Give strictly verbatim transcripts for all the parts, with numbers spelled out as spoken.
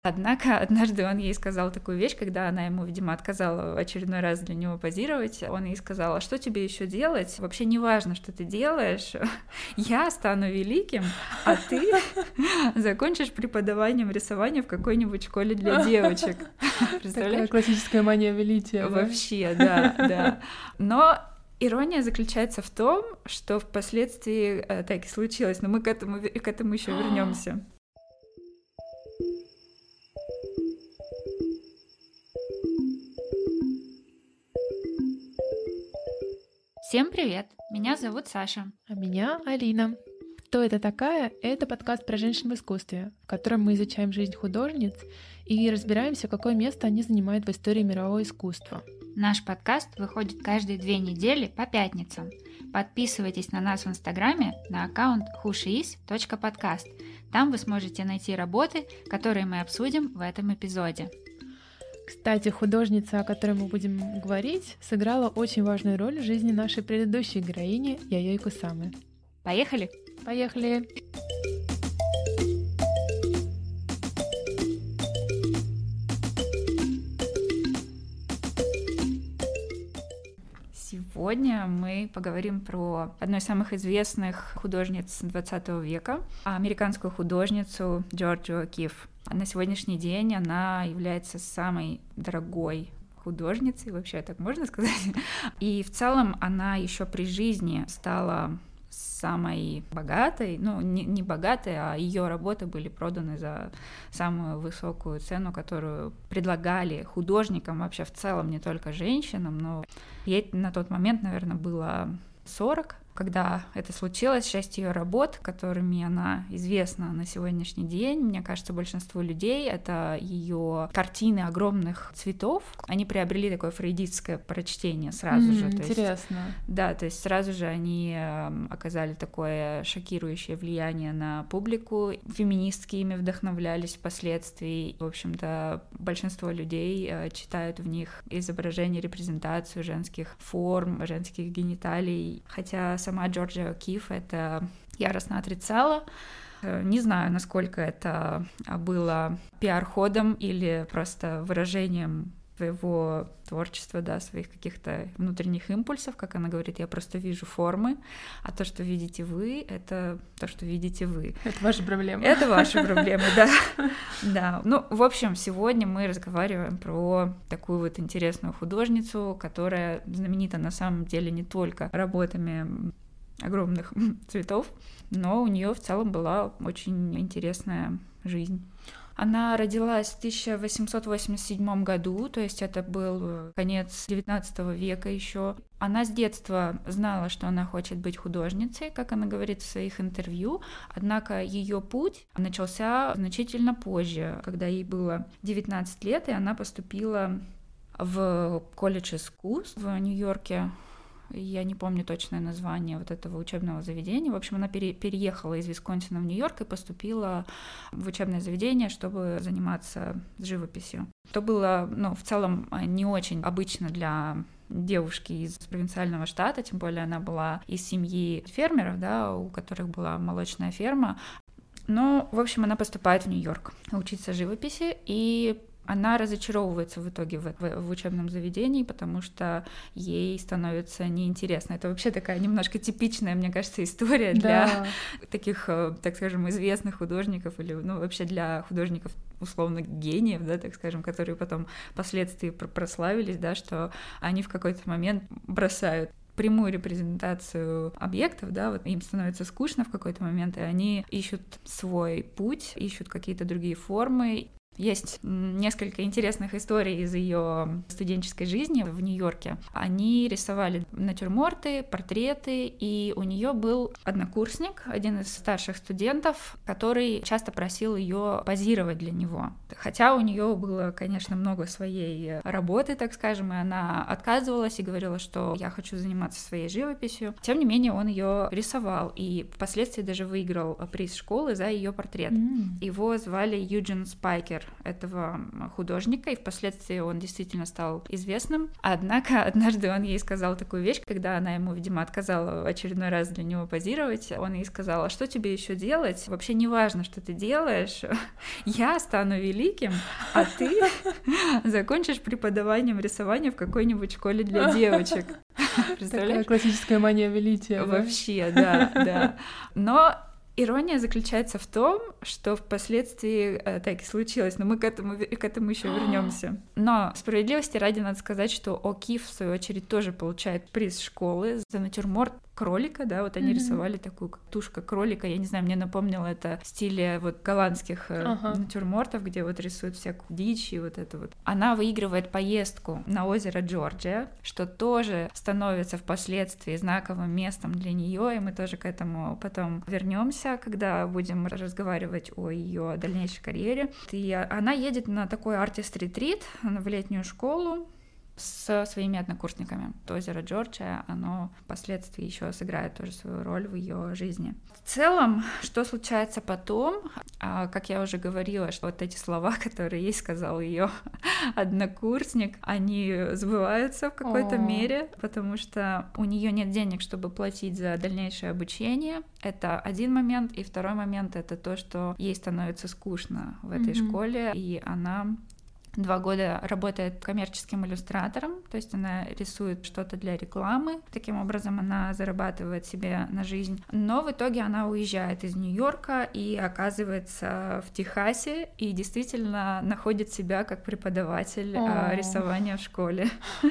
Однако однажды он ей сказал такую вещь, когда она ему, видимо, отказала в очередной раз для него позировать. Он ей сказал: а что тебе еще делать? Вообще не важно, что ты делаешь. Я стану великим, а ты закончишь преподаванием рисования в какой-нибудь школе для девочек. Представляешь? Такая классическая мания величия. Вообще, да, да. Но ирония заключается в том, что впоследствии так и случилось, но мы к этому, к этому еще вернемся. Всем привет! Меня зовут Саша. А меня Алина. Кто это такая? Это подкаст про женщин в искусстве, в котором мы изучаем жизнь художниц и разбираемся, какое место они занимают в истории мирового искусства. Наш подкаст выходит каждые две недели по пятницам. Подписывайтесь на нас в Инстаграме на аккаунт хушиис точка подкаст. Там вы сможете найти работы, которые мы обсудим в этом эпизоде. Кстати, художница, о которой мы будем говорить, сыграла очень важную роль в жизни нашей предыдущей героини Яёй Кусамы. Поехали? Поехали! Сегодня мы поговорим про одну из самых известных художниц двадцатого века, американскую художницу Джорджию О'Кифф. На сегодняшний день она является самой дорогой художницей, вообще так можно сказать. И в целом она еще при жизни стала самой богатой, ну не, не богатой, а ее работы были проданы за самую высокую цену, которую предлагали художникам вообще в целом, не только женщинам, но ей на тот момент, наверное, было сорок. Когда это случилось, часть ее работ, которыми она известна на сегодняшний день, мне кажется, большинству людей, это ее картины огромных цветов. Они приобрели такое фрейдистское прочтение сразу mm, же. Интересно. То есть, да, то есть сразу же они оказали такое шокирующее влияние на публику. Феминистки ими вдохновлялись впоследствии. В общем-то, большинство людей читают в них изображение, репрезентацию женских форм, женских гениталий, хотя сама Джорджия О'Кифф это яростно отрицала. Не знаю, насколько это было пиар-ходом или просто выражением своего творчества, да, своих каких-то внутренних импульсов, как она говорит, я просто вижу формы, а то, что видите вы, это то, что видите вы. Это ваши проблемы. Это ваши проблемы, да. Да. Ну, в общем, сегодня мы разговариваем про такую вот интересную художницу, которая знаменита на самом деле не только работами огромных цветов, но у нее в целом была очень интересная жизнь. Она родилась в тысяча восемьсот восемьдесят седьмом году, то есть это был конец девятнадцатого века еще. Она с детства знала, что она хочет быть художницей, как она говорит в своих интервью, однако ее путь начался значительно позже, когда ей было девятнадцать лет, и она поступила в колледж искусств в Нью-Йорке. Я не помню точное название вот этого учебного заведения. В общем, она пере- переехала из Висконсина в Нью-Йорк и поступила в учебное заведение, чтобы заниматься живописью. Это было, ну, в целом не очень обычно для девушки из провинциального штата, тем более она была из семьи фермеров, да, у которых была молочная ферма. Но, в общем, она поступает в Нью-Йорк учиться живописи, и она разочаровывается в итоге в, в, в учебном заведении, потому что ей становится неинтересно. Это вообще такая немножко типичная, мне кажется, история для да. таких, так скажем, известных художников или, ну, вообще для художников условно гениев, да, так скажем, которые потом впоследствии прославились, да, что они в какой-то момент бросают прямую репрезентацию объектов, да, вот им становится скучно в какой-то момент, и они ищут свой путь, ищут какие-то другие формы. Есть несколько интересных историй из ее студенческой жизни в Нью-Йорке. Они рисовали натюрморты, портреты, и у нее был однокурсник, один из старших студентов, который часто просил ее позировать для него. Хотя у нее было, конечно, много своей работы, так скажем, и она отказывалась и говорила, что я хочу заниматься своей живописью. Тем не менее, он ее рисовал, и впоследствии даже выиграл приз школы за ее портрет. Mm. Его звали Юджин Спайкер. этого художника, и впоследствии он действительно стал известным. Однако однажды он ей сказал такую вещь, когда она ему, видимо, отказала в очередной раз для него позировать, он ей сказал: а что тебе еще делать? Вообще не важно, что ты делаешь, я стану великим, а ты закончишь преподаванием рисования в какой-нибудь школе для девочек. Такая классическая мания величия. Вообще, да, да. Но ирония заключается в том, что впоследствии э, так и случилось, но мы к этому, к этому еще вернемся. Но справедливости ради надо сказать, что О'Кифф, в свою очередь, тоже получает приз школы за натюрморт кролика, да, вот они mm-hmm. рисовали такую как тушка кролика, я не знаю, мне напомнило это в стиле вот голландских uh-huh. натюрмортов, где вот рисуют всякую дичь и вот это вот. Она выигрывает поездку на озеро Джорджия, что тоже становится впоследствии знаковым местом для нее, и мы тоже к этому потом вернемся, когда будем разговаривать о ее дальнейшей карьере. И она едет на такой артист-ретрит в летнюю школу со своими однокурсниками. То озеро Джорджия, оно впоследствии еще сыграет тоже свою роль в ее жизни. В целом, что случается потом, как я уже говорила, что вот эти слова, которые ей сказал ее однокурсник, они сбываются в какой-то О. мере, потому что у нее нет денег, чтобы платить за дальнейшее обучение. Это один момент, и второй момент — это то, что ей становится скучно в этой mm-hmm. школе, и она два года работает коммерческим иллюстратором, то есть она рисует что-то для рекламы, таким образом она зарабатывает себе на жизнь. Но в итоге она уезжает из Нью-Йорка и оказывается в Техасе и действительно находит себя как преподаватель О. рисования в школе.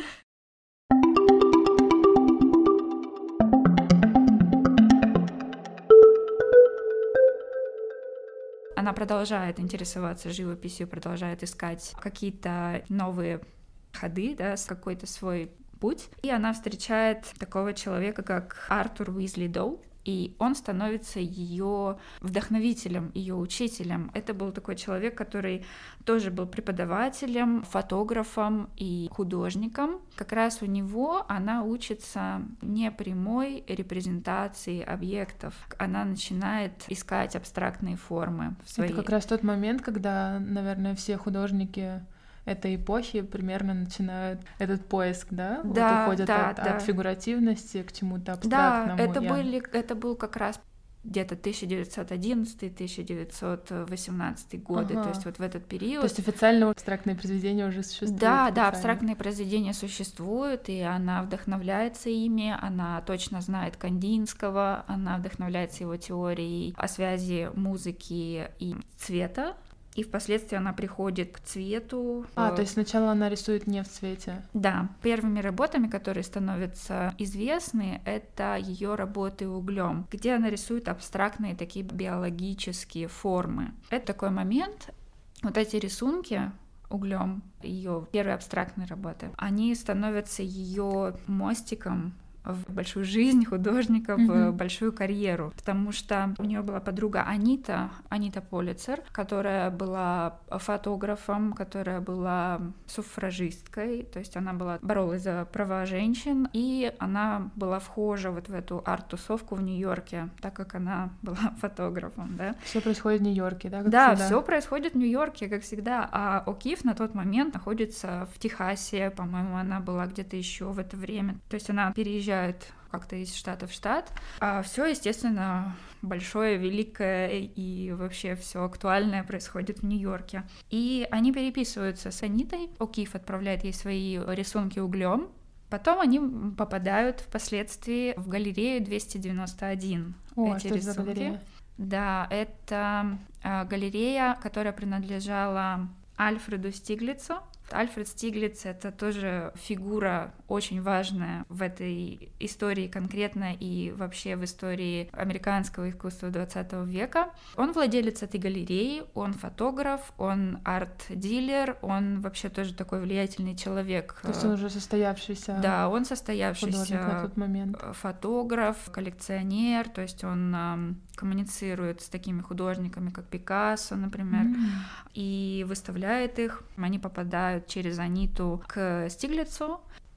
Она продолжает интересоваться живописью, продолжает искать какие-то новые ходы, да, какой-то свой путь. И она встречает такого человека, как Артур Уизли Доу, и он становится ее вдохновителем, ее учителем. Это был такой человек, который тоже был преподавателем, фотографом и художником. Как раз у него она учится непрямой репрезентации объектов. Она начинает искать абстрактные формы в своей... Это как раз тот момент, когда, наверное, все художники этой эпохи примерно начинают этот поиск, да? Да, вот уходят да, от, да. от фигуративности к чему-то абстрактному. Да, это, были, это был как раз где-то тысяча девятьсот одиннадцатый — тысяча девятьсот восемнадцатый годы, ага. то есть вот в этот период. То есть официально абстрактные произведения уже существуют? Да, да, абстрактные произведения существуют, и она вдохновляется ими, она точно знает Кандинского, она вдохновляется его теорией о связи музыки и цвета. И впоследствии она приходит к цвету. А, то есть сначала она рисует не в цвете. Да. Первыми работами, которые становятся известны, это ее работы углем, где она рисует абстрактные такие биологические формы. Это такой момент. Вот эти рисунки углем, ее первые абстрактные работы, они становятся ее мостиком в большую жизнь художника, mm-hmm. в большую карьеру, потому что у нее была подруга Анита, Анита Полицер, которая была фотографом, которая была суфражисткой, то есть она была боролась за права женщин, и она была вхожа вот в эту арт-тусовку в Нью-Йорке, так как она была фотографом, да. Все происходит в Нью-Йорке, да? Как да, все происходит в Нью-Йорке, как всегда, а О'Кифф на тот момент находится в Техасе, по-моему, она была где-то еще в это время, то есть она переезжает как-то из штата в штат. А все, естественно, большое, великое и вообще все актуальное происходит в Нью-Йорке. И они переписываются с Анитой. О'Кифф отправляет ей свои рисунки углем. Потом они попадают впоследствии в галерею двести девяносто один. О, эти что рисунки. Это за галерея? Да, это галерея, которая принадлежала Альфреду Стиглицу. Альфред Стиглиц — это тоже фигура очень важная в этой истории конкретно и вообще в истории американского искусства двадцатого века. Он владелец этой галереи, он фотограф, он арт-дилер, он вообще тоже такой влиятельный человек. То есть он уже состоявшийся. Да, он состоявшийся на тот момент. Фотограф, коллекционер, то есть он эм, коммуницирует с такими художниками, как Пикассо, например, mm. и выставляет их. Они попадают через Аниту к Стиглицу.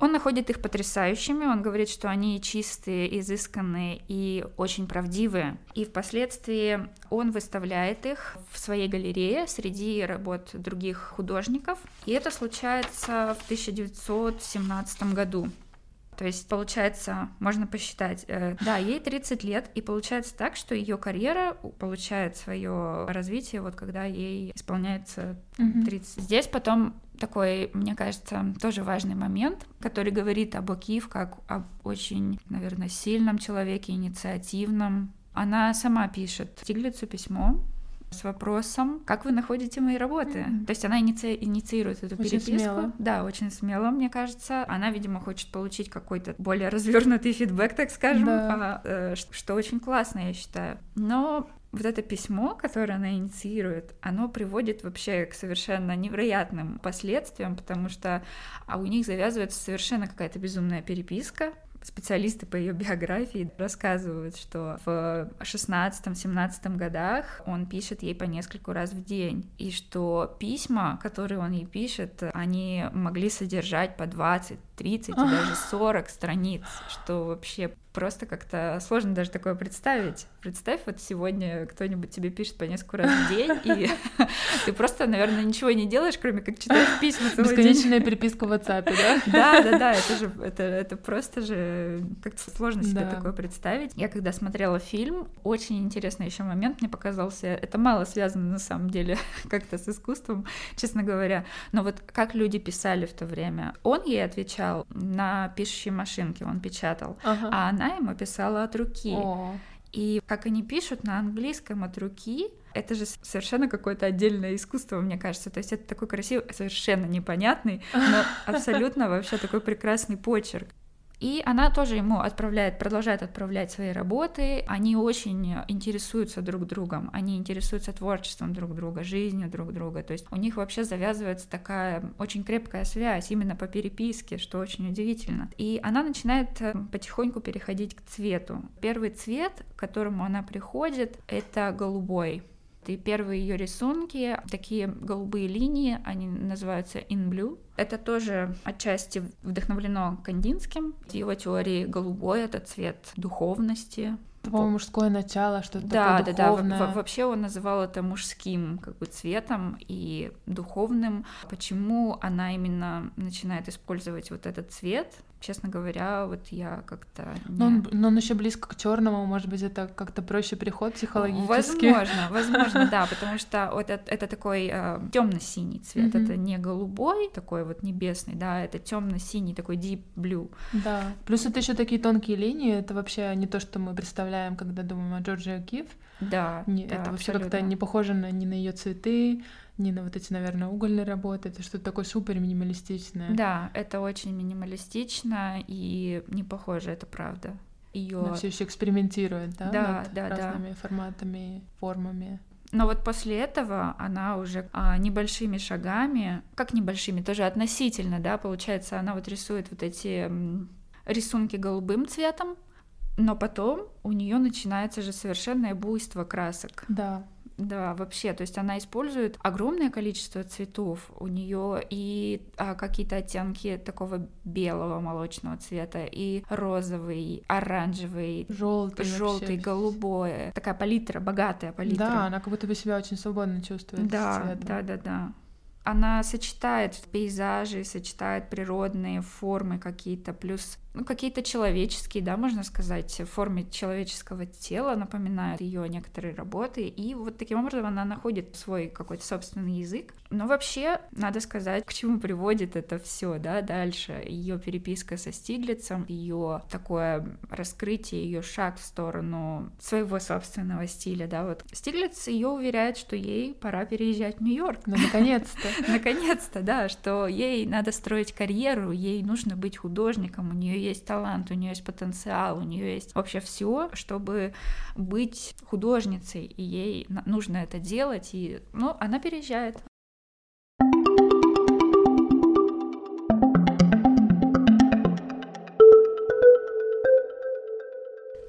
Он находит их потрясающими, он говорит, что они чистые, изысканные и очень правдивые. И впоследствии он выставляет их в своей галерее среди работ других художников. И это случается в тысяча девятьсот семнадцатом году. То есть, получается, можно посчитать, э, да, ей тридцать лет, и получается так, что ее карьера получает свое развитие, вот когда ей исполняется тридцать. Mm-hmm. Здесь потом такой, мне кажется, тоже важный момент, который говорит об О'Кифф как об очень, наверное, сильном человеке, инициативном. Она сама пишет Штиглицу письмо с вопросом, как вы находите мои работы. Mm-hmm. То есть она иници... инициирует эту очень переписку. Смело. Да, очень смело, мне кажется. Она, видимо, хочет получить какой-то более развернутый фидбэк, так скажем, да. а, что очень классно, я считаю. Но вот это письмо, которое она инициирует, оно приводит вообще к совершенно невероятным последствиям, потому что а у них завязывается совершенно какая-то безумная переписка. Специалисты по ее биографии рассказывают, что в шестнадцатом-семнадцатом годах он пишет ей по нескольку раз в день, и что письма, которые он ей пишет, они могли содержать по двадцать, тридцать и даже сорок страниц, что вообще просто как-то сложно даже такое представить. Представь, вот сегодня кто-нибудь тебе пишет по несколько раз в день, и ты просто, наверное, ничего не делаешь, кроме как читаешь письма целый день. Бесконечная переписка в WhatsApp, да? Да, да, да, это же, это, это просто же как-то сложно себе да. такое представить. Я когда смотрела фильм, очень интересный еще момент мне показался, это мало связано на самом деле как-то с искусством, честно говоря, но вот как люди писали в то время. Он ей отвечал на пишущей машинке, он печатал, ага. а она ему писала от руки. О. И как они пишут на английском от руки, это же совершенно какое-то отдельное искусство, мне кажется. То есть это такой красивый, совершенно непонятный, но абсолютно вообще такой прекрасный почерк. И она тоже ему отправляет, продолжает отправлять свои работы. Они очень интересуются друг другом, они интересуются творчеством друг друга, жизнью друг друга. То есть у них вообще завязывается такая очень крепкая связь именно по переписке, что очень удивительно. И она начинает потихоньку переходить к цвету. Первый цвет, к которому она приходит, это голубой. И первые ее рисунки, такие голубые линии, они называются in blue. Это тоже отчасти вдохновлено Кандинским. В его теории голубой — это цвет духовности. По-моему, мужское начало, что-то да, такое духовное. Да, да, вообще он называл это мужским как бы цветом и духовным. Почему она именно начинает использовать вот этот цвет? Честно говоря, вот я как-то... Не... Но, он, но он еще близко к черному, может быть, это как-то проще переход психологически. Возможно, возможно, да, потому что вот это, это такой э, темно-синий цвет, mm-hmm. это не голубой, такой вот небесный, да, это темно-синий, такой deep blue. Да, плюс это еще такие тонкие линии, это вообще не то, что мы представляем, когда думаем о Джорджи О'Кифф. Да, не, да, это вообще абсолютно. как-то не похоже на, ни на ее цветы, ни на вот эти, наверное, угольные работы. Это что-то такое супер минималистичное. Да, это очень минималистично и не похоже, это правда. Её... Она все еще экспериментирует, да, да над да, разными да. форматами, формами. Но вот после этого она уже а, небольшими шагами, как небольшими, тоже относительно, да, получается, она вот рисует вот эти м, рисунки голубым цветом, но потом у нее начинается же совершенное буйство красок. Да. Да, вообще, то есть она использует огромное количество цветов, у нее и а, какие-то оттенки такого белого молочного цвета, и розовый, оранжевый, желтый, желтый, голубой, такая палитра, богатая палитра. Да, она как будто бы себя очень свободно чувствует. Да, да, да, да. Она сочетает пейзажи, сочетает природные формы какие-то, плюс ну, какие-то человеческие, да, можно сказать, в форме человеческого тела напоминают ее некоторые работы, и вот таким образом она находит свой какой-то собственный язык. Но вообще, надо сказать, к чему приводит это все, да, дальше. Ее переписка со Штиглицем, ее такое раскрытие, ее шаг в сторону своего собственного стиля, да, вот. Штиглиц ее уверяет, что ей пора переезжать в Нью-Йорк. Ну, наконец-то. Наконец-то, да, что ей надо строить карьеру, ей нужно быть художником, у нее есть талант, у нее есть потенциал, у нее есть вообще все, чтобы быть художницей, и ей нужно это делать, и, ну, она переезжает.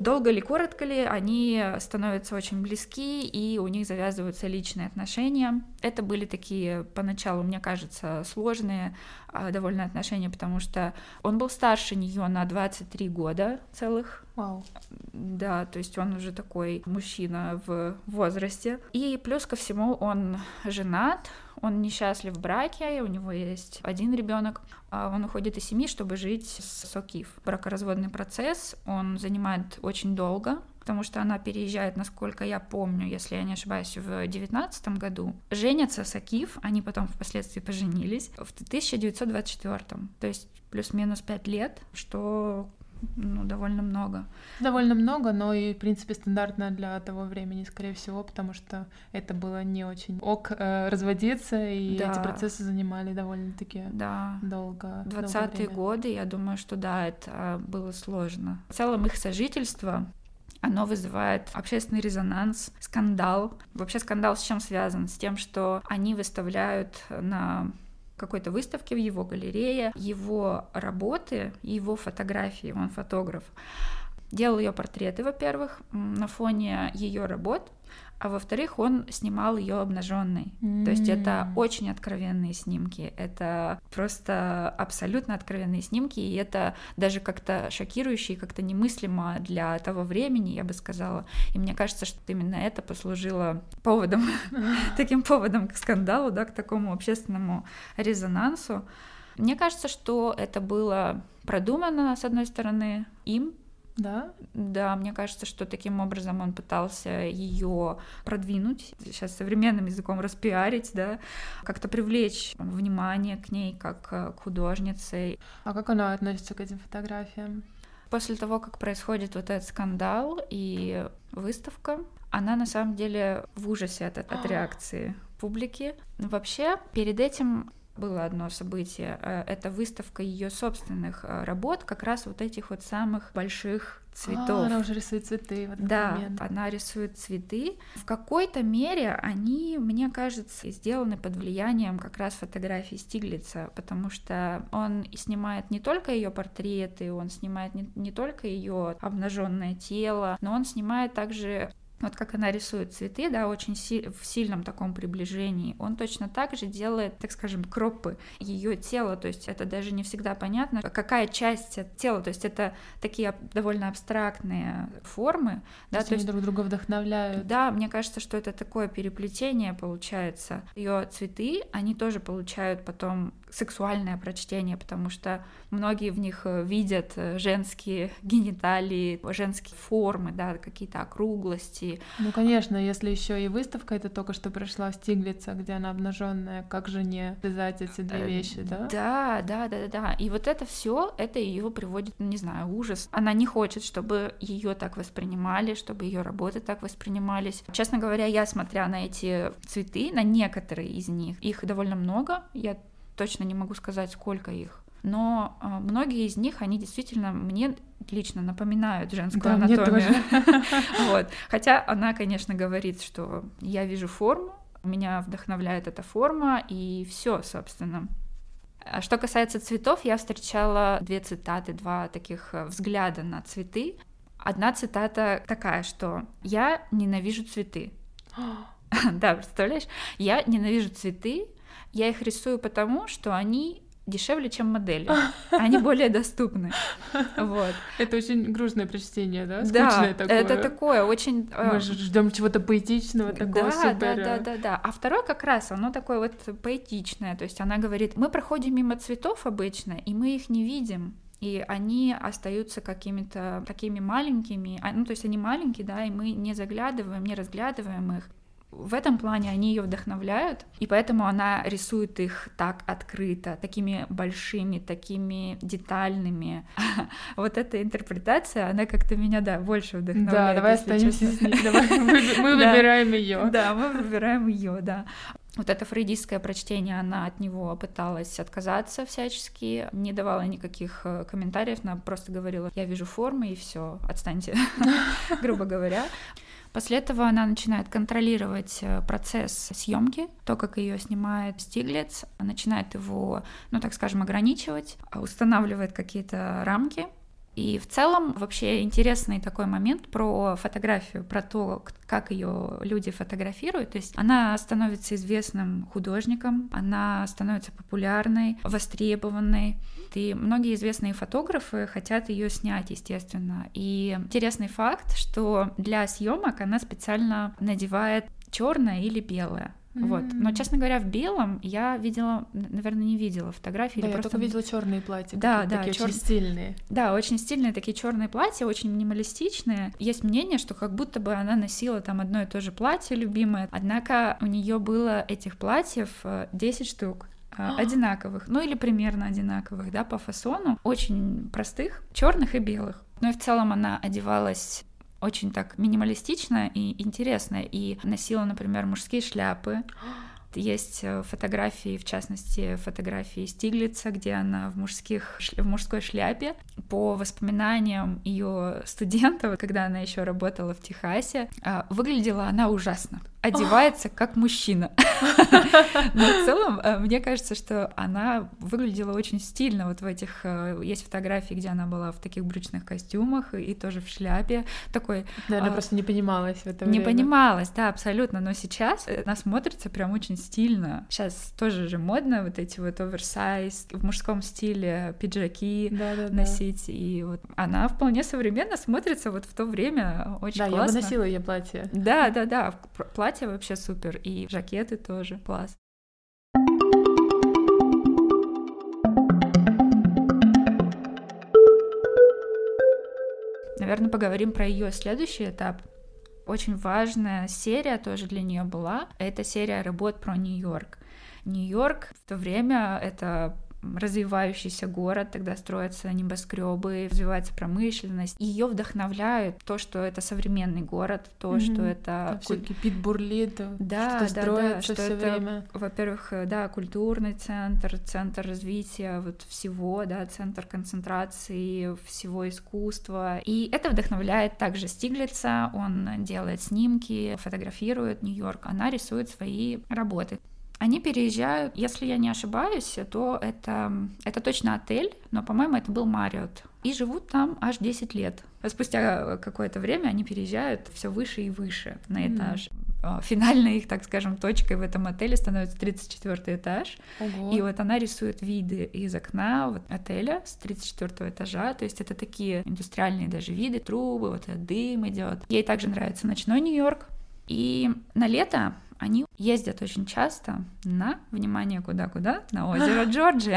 Долго ли, коротко ли, они становятся очень близки, и у них завязываются личные отношения. Это были такие, поначалу, мне кажется, сложные довольно отношения, потому что он был старше нее на двадцать три года целых. Вау. Да, то есть он уже такой мужчина в возрасте. И плюс ко всему он женат, он несчастлив в браке, у него есть один ребенок. Он уходит из семьи, чтобы жить с Окиф. Бракоразводный процесс, он занимает очень долго, потому что она переезжает, насколько я помню, если я не ошибаюсь, в девятнадцатом году. Женятся с Окиф, они потом впоследствии поженились в тысяча девятьсот двадцать четвёртом, то есть плюс-минус пять лет, что... ну, довольно много. Довольно много, но и, в принципе, стандартно для того времени, скорее всего, потому что это было не очень ок э, разводиться, и да. Эти процессы занимали довольно-таки да. долго. двадцатые годы, я думаю, что да, это было сложно. В целом их сожительство, оно вызывает общественный резонанс, скандал. Вообще скандал с чем связан? С тем, что они выставляют на... какой-то выставке в его галерее его работы, его фотографии, он фотограф, делал ее портреты, во-первых, на фоне ее работ, а во-вторых, он снимал ее обнаженной. Mm. То есть это очень откровенные снимки, это просто абсолютно откровенные снимки, и это даже как-то шокирующе и как-то немыслимо для того времени, я бы сказала. И мне кажется, что именно это послужило поводом, таким поводом к скандалу, да, к такому общественному резонансу. Мне кажется, что это было продумано, с одной стороны, им. Да? Да, мне кажется, что таким образом он пытался ее продвинуть, сейчас современным языком распиарить, да, как-то привлечь внимание к ней как к художнице. А как она относится к этим фотографиям? После того, как происходит вот этот скандал и выставка, она на самом деле в ужасе от, от реакции публики. Вообще, перед этим было одно событие, это выставка ее собственных работ, как раз вот этих вот самых больших цветов. А, она уже рисует цветы в этот да, момент. Да, она рисует цветы. В какой-то мере они, мне кажется, сделаны под влиянием как раз фотографий Стиглица, потому что он снимает не только ее портреты, он снимает не, не только ее обнаженное тело, но он снимает также... Вот как она рисует цветы, да, очень си- в сильном таком приближении, он точно так же делает, так скажем, кропы ее тела, то есть это даже не всегда понятно, какая часть от тела, то есть это такие довольно абстрактные формы. Да, то, то есть они друг друга вдохновляют. Да, мне кажется, что это такое переплетение получается. Ее цветы, они тоже получают потом сексуальное прочтение, потому что многие в них видят женские гениталии, женские формы, да, какие-то округлости. Ну, конечно, если еще и выставка это только что прошла в Стиглица, где она обнаженная, как же не связать эти две вещи, да? Да, да, да, да, да. И вот это все, это ее приводит, не знаю, ужас. Она не хочет, чтобы ее так воспринимали, чтобы ее работы так воспринимались. Честно говоря, я, смотря на эти цветы, на некоторые из них, их довольно много, я точно не могу сказать, сколько их, но э, многие из них, они действительно мне лично напоминают женскую да, анатомию. Вот. Хотя она, конечно, говорит, что я вижу форму, меня вдохновляет эта форма, и все, собственно. А что касается цветов, я встречала две цитаты, два таких взгляда на цветы. Одна цитата такая, что «я ненавижу цветы». Да, представляешь? «Я ненавижу цветы, я их рисую потому, что они дешевле, чем модели. Они более доступны». Вот. Это очень грустное прочтение, да? Скучное да, такое. Это такое очень... Мы же ждем чего-то поэтичного, такого да, супер... Да, да, да, да. А второе как раз, оно такое вот поэтичное. То есть она говорит, мы проходим мимо цветов обычно, и мы их не видим. И они остаются какими-то такими маленькими. Ну, то есть они маленькие, да, и мы не заглядываем, не разглядываем их. В этом плане они ее вдохновляют, и поэтому она рисует их так открыто, такими большими, такими детальными. Вот эта интерпретация, она как-то меня, да, больше вдохновляет. Да, давай останемся с ней, давай мы выбираем ее. Да, мы выбираем ее, да. Вот это фрейдистское прочтение, она от него пыталась отказаться всячески, не давала никаких комментариев, она просто говорила, я вижу формы, и все, отстаньте, грубо говоря. После этого она начинает контролировать процесс съемки, то, как ее снимает Стиглиц, начинает его, ну так скажем, ограничивать, устанавливает какие-то рамки. И в целом вообще интересный такой момент про фотографию, про то, как ее люди фотографируют. То есть она становится известным художником, она становится популярной, востребованной. И многие известные фотографы хотят ее снять, естественно. И интересный факт, что для съемок она специально надевает черное или белое. Mm-hmm. Вот. Но, честно говоря, в белом я видела, наверное, не видела фотографии. Да, я просто... только видела черные платья. Да, да, такие чер... очень стильные. Да, очень стильные такие черные платья, очень минималистичные. Есть мнение, что как будто бы она носила там одно и то же платье любимое. Однако у нее было этих платьев десять штук. Одинаковых, ну или примерно одинаковых, да, по фасону, очень простых, черных и белых. Ну и в целом она одевалась очень так минималистично и интересно, и носила, например, мужские шляпы. Есть фотографии, в частности, фотографии Стиглица, где она в, мужских, в мужской шляпе. По воспоминаниям ее студентов, когда она еще работала в Техасе, выглядела она ужасно. Одевается как мужчина. Но в целом, мне кажется, что она выглядела очень стильно. Вот в этих... Есть фотографии, где она была в таких брючных костюмах и тоже в шляпе. Такой... Наверное, просто не понималась в это Не время. понималась, да, абсолютно. Но сейчас она смотрится прям очень стильно. Сейчас тоже же модно вот эти вот оверсайз, в мужском стиле пиджаки да, да, носить. Да. И вот она вполне современно смотрится вот в то время. Очень да, классно. Да, я бы носила ее платье. Да, да, да. Платье вообще супер, и жакеты тоже класс. Наверное, поговорим про ее следующий этап. Очень важная серия тоже для нее была. Это серия работ про Нью-Йорк. Нью-Йорк в то время это развивающийся город, тогда строятся небоскребы, развивается промышленность. Ее вдохновляет то, что это современный город, то, mm-hmm. что это... Все кипит, бурлит, да, что да, строится да, что все это, время. Во-первых, да, культурный центр, центр развития вот всего, да, центр концентрации всего искусства. И это вдохновляет также Стиглица, он делает снимки, фотографирует Нью-Йорк, она рисует свои работы. Они переезжают, если я не ошибаюсь, то это, это точно отель, но, по-моему, это был Марриотт. И живут там аж десять лет. Спустя какое-то время они переезжают все выше и выше на этаж. Mm. Финальной их, так скажем, точкой в этом отеле становится тридцать четвёртый этаж. Ого. И вот она рисует виды из окна вот, отеля с тридцать четвёртого этажа. То есть это такие индустриальные даже виды, трубы, вот этот дым идет. Ей также нравится ночной Нью-Йорк. И на лето они ездят очень часто на, внимание, куда-куда, на озеро Джорджия,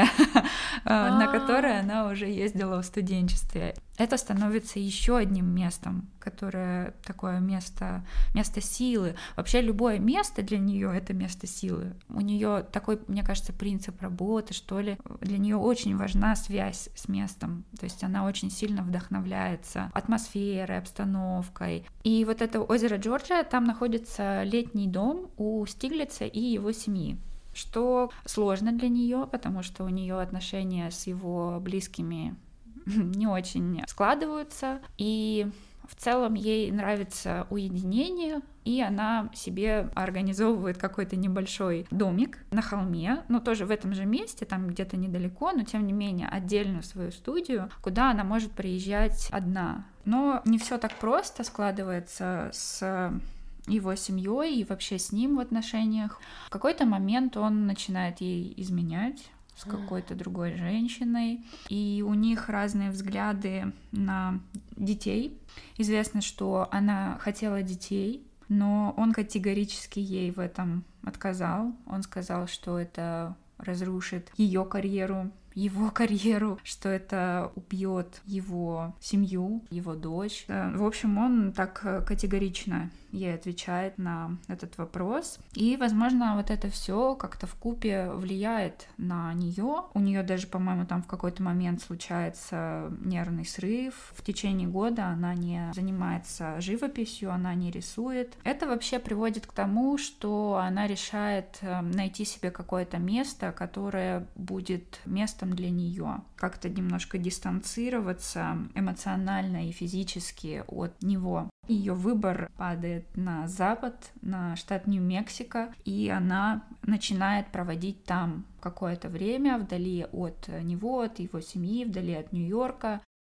на которое она уже ездила в студенчестве. Это становится еще одним местом, которое такое место, место силы. Вообще любое место для нее это место силы. У нее такой, мне кажется, принцип работы, что ли. Для нее очень важна связь с местом. То есть она очень сильно вдохновляется атмосферой, обстановкой. И вот это озеро Джорджия, там находится летний дом у Стиглица и его семьи. Что сложно для нее, потому что у нее отношения с его близкими не очень складываются, и в целом ей нравится уединение, и она себе организовывает какой-то небольшой домик на холме, но тоже в этом же месте, там где-то недалеко, но тем не менее отдельную свою студию, куда она может приезжать одна. Но не все так просто складывается с его семьей и вообще с ним в отношениях. В какой-то момент он начинает ей изменять с какой-то другой женщиной, и у них разные взгляды на детей. Известно, что она хотела детей, но он категорически ей в этом отказал. Он сказал, что это разрушит ее карьеру, его карьеру, что это убьет его семью, его дочь. В общем, он так категорично ей отвечает на этот вопрос. И, возможно, вот это все как-то вкупе влияет на нее. У нее даже, по-моему, там в какой-то момент случается нервный срыв. В течение года она не занимается живописью, она не рисует. Это вообще приводит к тому, что она решает найти себе какое-то место, которое будет местом для нее. Как-то немножко дистанцироваться эмоционально и физически от него. Ее выбор падает на запад, на штат Нью-Мексико, и она начинает проводить там какое-то время вдали от него, от его семьи, вдали от Нью-Йорка.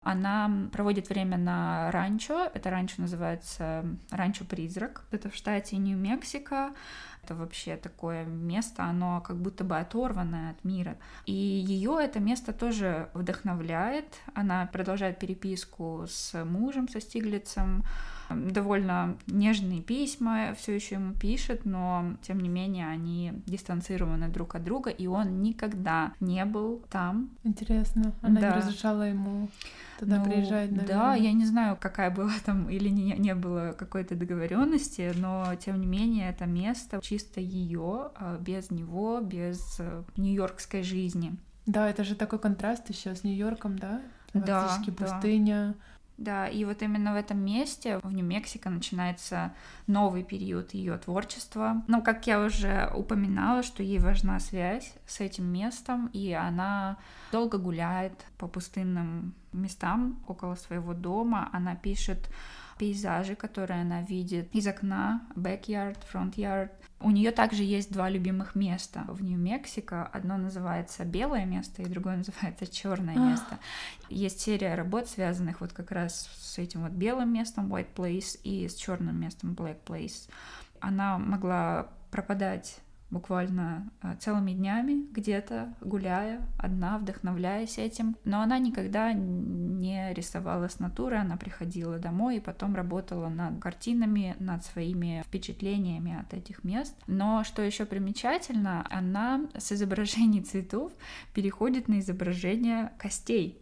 Она проводит время на ранчо. Это ранчо называется ранчо-призрак. Это в штате Нью-Мексико. Это вообще такое место, оно как будто бы оторванное от мира. И ее это место тоже вдохновляет. Она продолжает переписку с мужем, со Стиглицем. Довольно нежные письма все еще ему пишет, но тем не менее они дистанцированы друг от друга, и он никогда не был там. Интересно, она да. не разрешала ему туда ну, приезжать, наверное. Да, я не знаю, какая была там или не, не было какой-то договоренности, но тем не менее это место чисто ее, без него, без нью-йоркской жизни. Да, это же такой контраст еще с Нью-Йорком, да? Фактически да, пустыня. Да. Да, и вот именно в этом месте, в Нью-Мексико, начинается новый период ее творчества. Но, как я уже упоминала, что ей важна связь с этим местом, и она долго гуляет по пустынным местам около своего дома. Она пишет пейзажи, которые она видит из окна, backyard, front yard. У нее также есть два любимых места в Нью-Мексико. Одно называется белое место, и другое называется черное место. Есть серия работ, связанных вот как раз с этим вот белым местом, white place, и с черным местом, black place. Она могла пропадать буквально целыми днями где-то, гуляя одна, вдохновляясь этим. Но она никогда не рисовала с натуры, она приходила домой и потом работала над картинами, над своими впечатлениями от этих мест. Но что еще примечательно, она с изображений цветов переходит на изображение костей.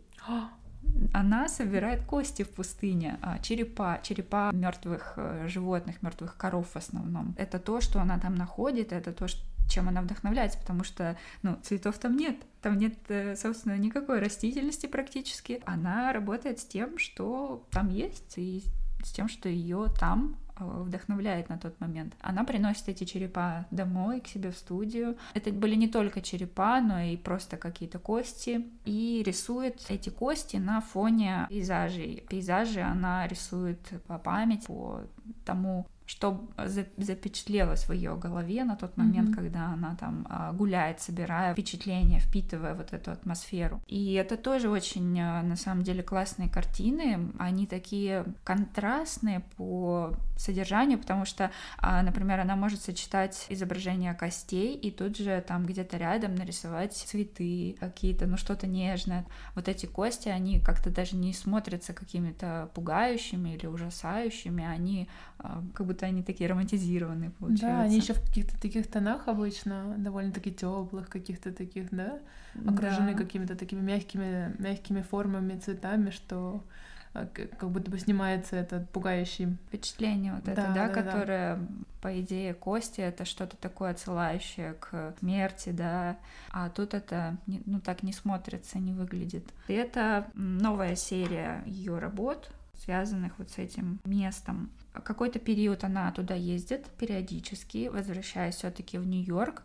Она собирает кости в пустыне, черепа, черепа мертвых животных, мертвых коров в основном. Это то, что она там находит, это то, чем она вдохновляется, потому что, ну, цветов там нет, там нет, собственно, никакой растительности практически. Она работает с тем, что там есть, и с тем, что ее там вдохновляет на тот момент. Она приносит эти черепа домой, к себе в студию. Это были не только черепа, но и просто какие-то кости. И рисует эти кости на фоне пейзажей. Пейзажи она рисует по памяти, по тому, что запечатлелось в ее голове на тот момент, mm-hmm. когда она там гуляет, собирая впечатления, впитывая вот эту атмосферу. И это тоже очень, на самом деле, классные картины. Они такие контрастные по содержанию, потому что, например, она может сочетать изображение костей и тут же там где-то рядом нарисовать цветы какие-то, ну что-то нежное. Вот эти кости, они как-то даже не смотрятся какими-то пугающими или ужасающими, они как будто они такие романтизированные получаются. Да, они еще в каких-то таких тонах обычно, довольно-таки теплых, каких-то таких, да, окружены да. какими-то такими мягкими, мягкими формами, цветами, что как будто бы снимается этот пугающий впечатление вот да, это, да, да, которое, да. по идее, кости — это что-то такое отсылающее к смерти, да, а тут это, ну, так не смотрится, не выглядит. И это новая серия ее работ, связанных вот с этим местом. Какой-то период она туда ездит периодически, возвращаясь все-таки в Нью-Йорк,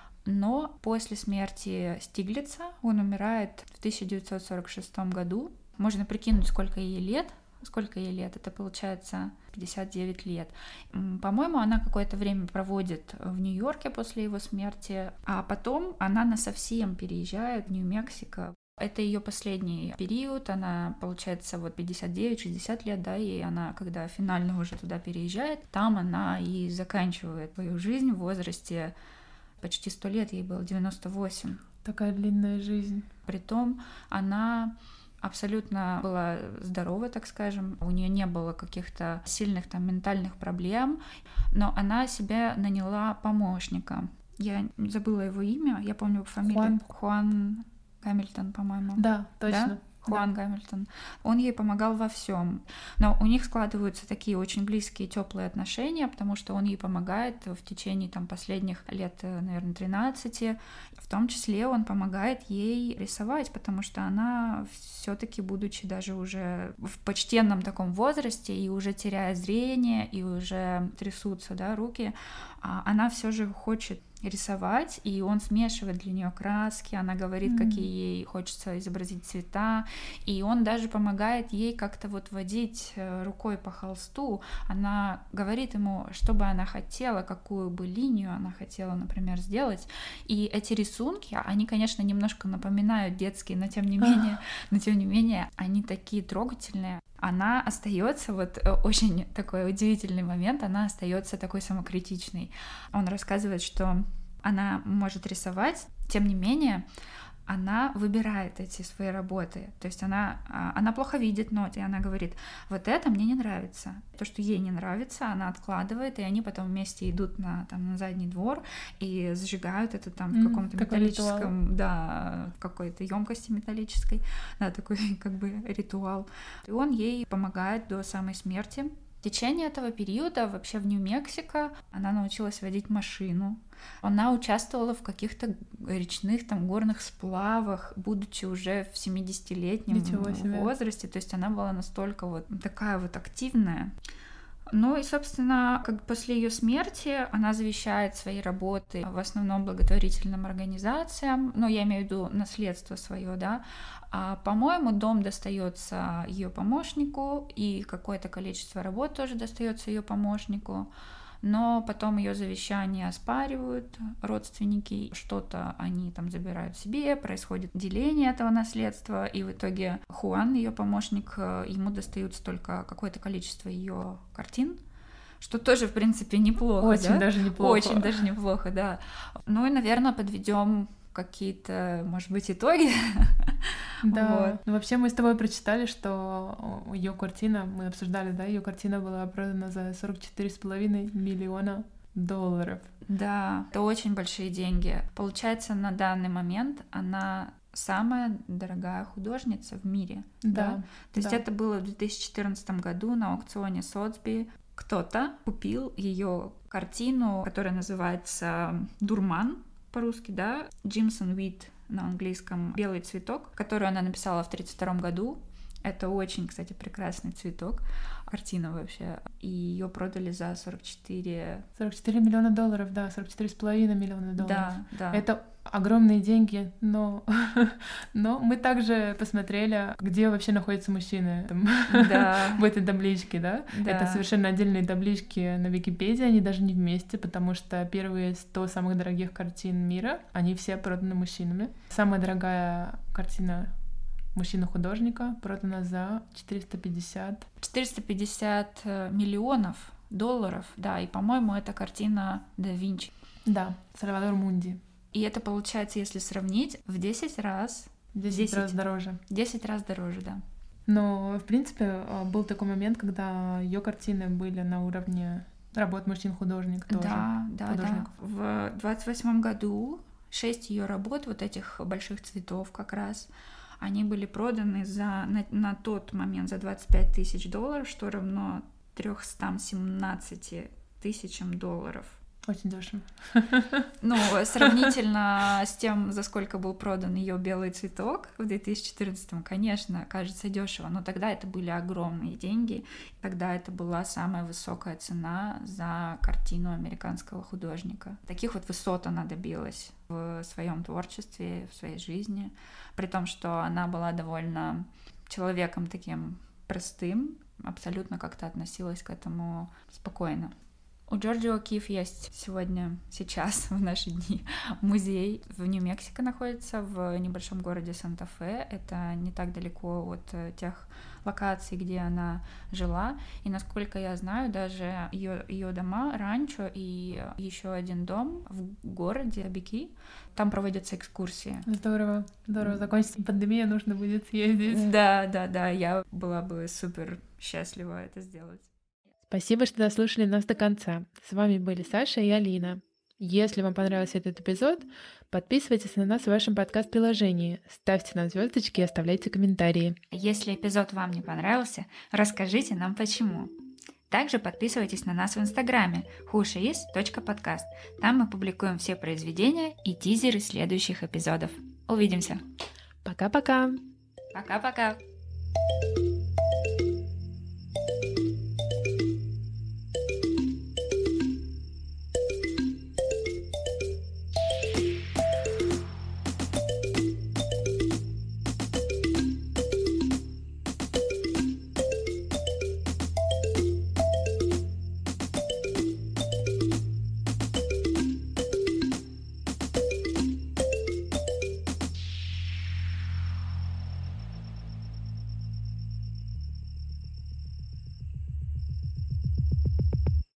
но после смерти Стиглица, он умирает в тысяча девятьсот сорок шестом году. Можно прикинуть, сколько ей лет. Сколько ей лет? Это получается пятьдесят девять лет. По-моему, она какое-то время проводит в Нью-Йорке после его смерти, а потом она насовсем переезжает в Нью-Мексико. Это ее последний период, она, получается, вот пятьдесят девять шестьдесят лет, да, и она, когда финально уже туда переезжает, там она и заканчивает свою жизнь в возрасте почти сто лет, ей было девяносто восемь. Такая длинная жизнь. Притом она абсолютно была здорова, так скажем, у нее не было каких-то сильных там ментальных проблем, но она себе наняла помощника. Я забыла его имя, я помню фамилию. Хуан. Хуан Гамильтон, по-моему. Да, точно. Да? Хуан да. Гамильтон. Он ей помогал во всем. Но у них складываются такие очень близкие, теплые отношения, потому что он ей помогает в течение там последних лет, наверное, тринадцати. В том числе он помогает ей рисовать, потому что она все-таки, будучи даже уже в почтенном таком возрасте и уже теряя зрение, и уже трясутся, да, руки, она все же хочет рисовать, и он смешивает для нее краски, она говорит, mm-hmm. какие ей хочется изобразить цвета, и он даже помогает ей как-то вот водить рукой по холсту. Она говорит ему, что бы она хотела, какую бы линию она хотела, например, сделать. И эти рисунки, они, конечно, немножко напоминают детские, но тем не менее, но тем не менее, они такие трогательные. Она остается, вот очень такой удивительный момент, она остается такой самокритичной. Он рассказывает, что она может рисовать, тем не менее, она выбирает эти свои работы. То есть она, она плохо видит ноты, и она говорит, вот это мне не нравится. То, что ей не нравится, она откладывает, и они потом вместе идут на, там, на задний двор и сжигают это там в каком-то mm, металлическом, ритуал. Да, в какой-то емкости металлической, да, такой как бы ритуал. И он ей помогает до самой смерти. В течение этого периода вообще в Нью-Мексико она научилась водить машину. Она участвовала в каких-то речных там горных сплавах, будучи уже в семидесятилетнем возрасте. То есть она была настолько вот такая вот активная. Ну и, собственно, как после ее смерти она завещает свои работы в основном благотворительным организациям, ну, я имею в виду наследство свое, да. А, по-моему, дом достается ее помощнику, и какое-то количество работ тоже достается ее помощнику. Но потом ее завещание оспаривают родственники, что-то они там забирают себе, происходит деление этого наследства, и в итоге Хуан, ее помощник, ему достаются только какое-то количество ее картин, что тоже, в принципе, неплохо. Очень да? даже неплохо. Очень даже неплохо, да. Ну и, наверное, подведем какие-то, может быть, итоги. Да. Вот. Ну, вообще мы с тобой прочитали, что ее картина, мы обсуждали, да, ее картина была продана за сорок четыре с половиной миллиона долларов. Да, это очень большие деньги. Получается, на данный момент она самая дорогая художница в мире. Да. да? То да. есть это было в две тысячи четырнадцатом году на аукционе Сотби. Кто-то купил ее картину, которая называется «Дурман», по-русски, да, Джимсон Уит на английском, «Белый цветок», которую она написала в тридцать втором году. Это очень, кстати, прекрасный цветок, картина вообще. И ее продали за сорок четыре... сорок четыре миллиона долларов, да, сорок четыре с половиной миллиона долларов. Да, да. Это огромные деньги, но, но мы также посмотрели, где вообще находятся мужчины там, да. в этой табличке, да? да? Это совершенно отдельные таблички на Википедии, они даже не вместе, потому что первые сто самых дорогих картин мира, они все проданы мужчинами. Самая дорогая картина мужчина-художника продана за четыреста пятьдесят... четыреста пятьдесят миллионов долларов, да, и, по-моему, это картина да Винчи. Да, Сальвадор Мунди. И это получается, если сравнить, в десять раз... десять раз дороже. десять раз дороже, да. Но, в принципе, был такой момент, когда ее картины были на уровне работ мужчин-художник тоже. Да, да, да. В двадцать восьмом году шесть ее работ, вот этих больших цветов как раз, они были проданы за, на, на тот момент за двадцать пять тысяч долларов, что равно триста семнадцать тысячам долларов. Очень дешево. Ну, сравнительно с тем, за сколько был продан ее «Белый цветок» в две тысячи четырнадцатом, конечно, кажется дешево, но тогда это были огромные деньги, тогда это была самая высокая цена за картину американского художника. Таких вот высот она добилась в своем творчестве, в своей жизни, при том, что она была довольно человеком таким простым, абсолютно как-то относилась к этому спокойно. У Джорджи О'Кифф есть сегодня, сейчас, в наши дни, музей в Нью-Мексико находится, в небольшом городе Санта-Фе. Это не так далеко от тех локаций, где она жила. И, насколько я знаю, даже ее, ее дома, ранчо и еще один дом в городе Абики, там проводятся экскурсии. Здорово, здорово. Закончится пандемия, нужно будет съездить. Да, да, да, я была бы супер счастлива это сделать. Спасибо, что дослушали нас до конца. С вами были Саша и Алина. Если вам понравился этот эпизод, подписывайтесь на нас в вашем подкаст-приложении, ставьте нам звездочки и оставляйте комментарии. Если эпизод вам не понравился, расскажите нам почему. Также подписывайтесь на нас в Инстаграме хушиис точка подкаст. Там мы публикуем все произведения и тизеры следующих эпизодов. Увидимся! Пока-пока! Пока-пока!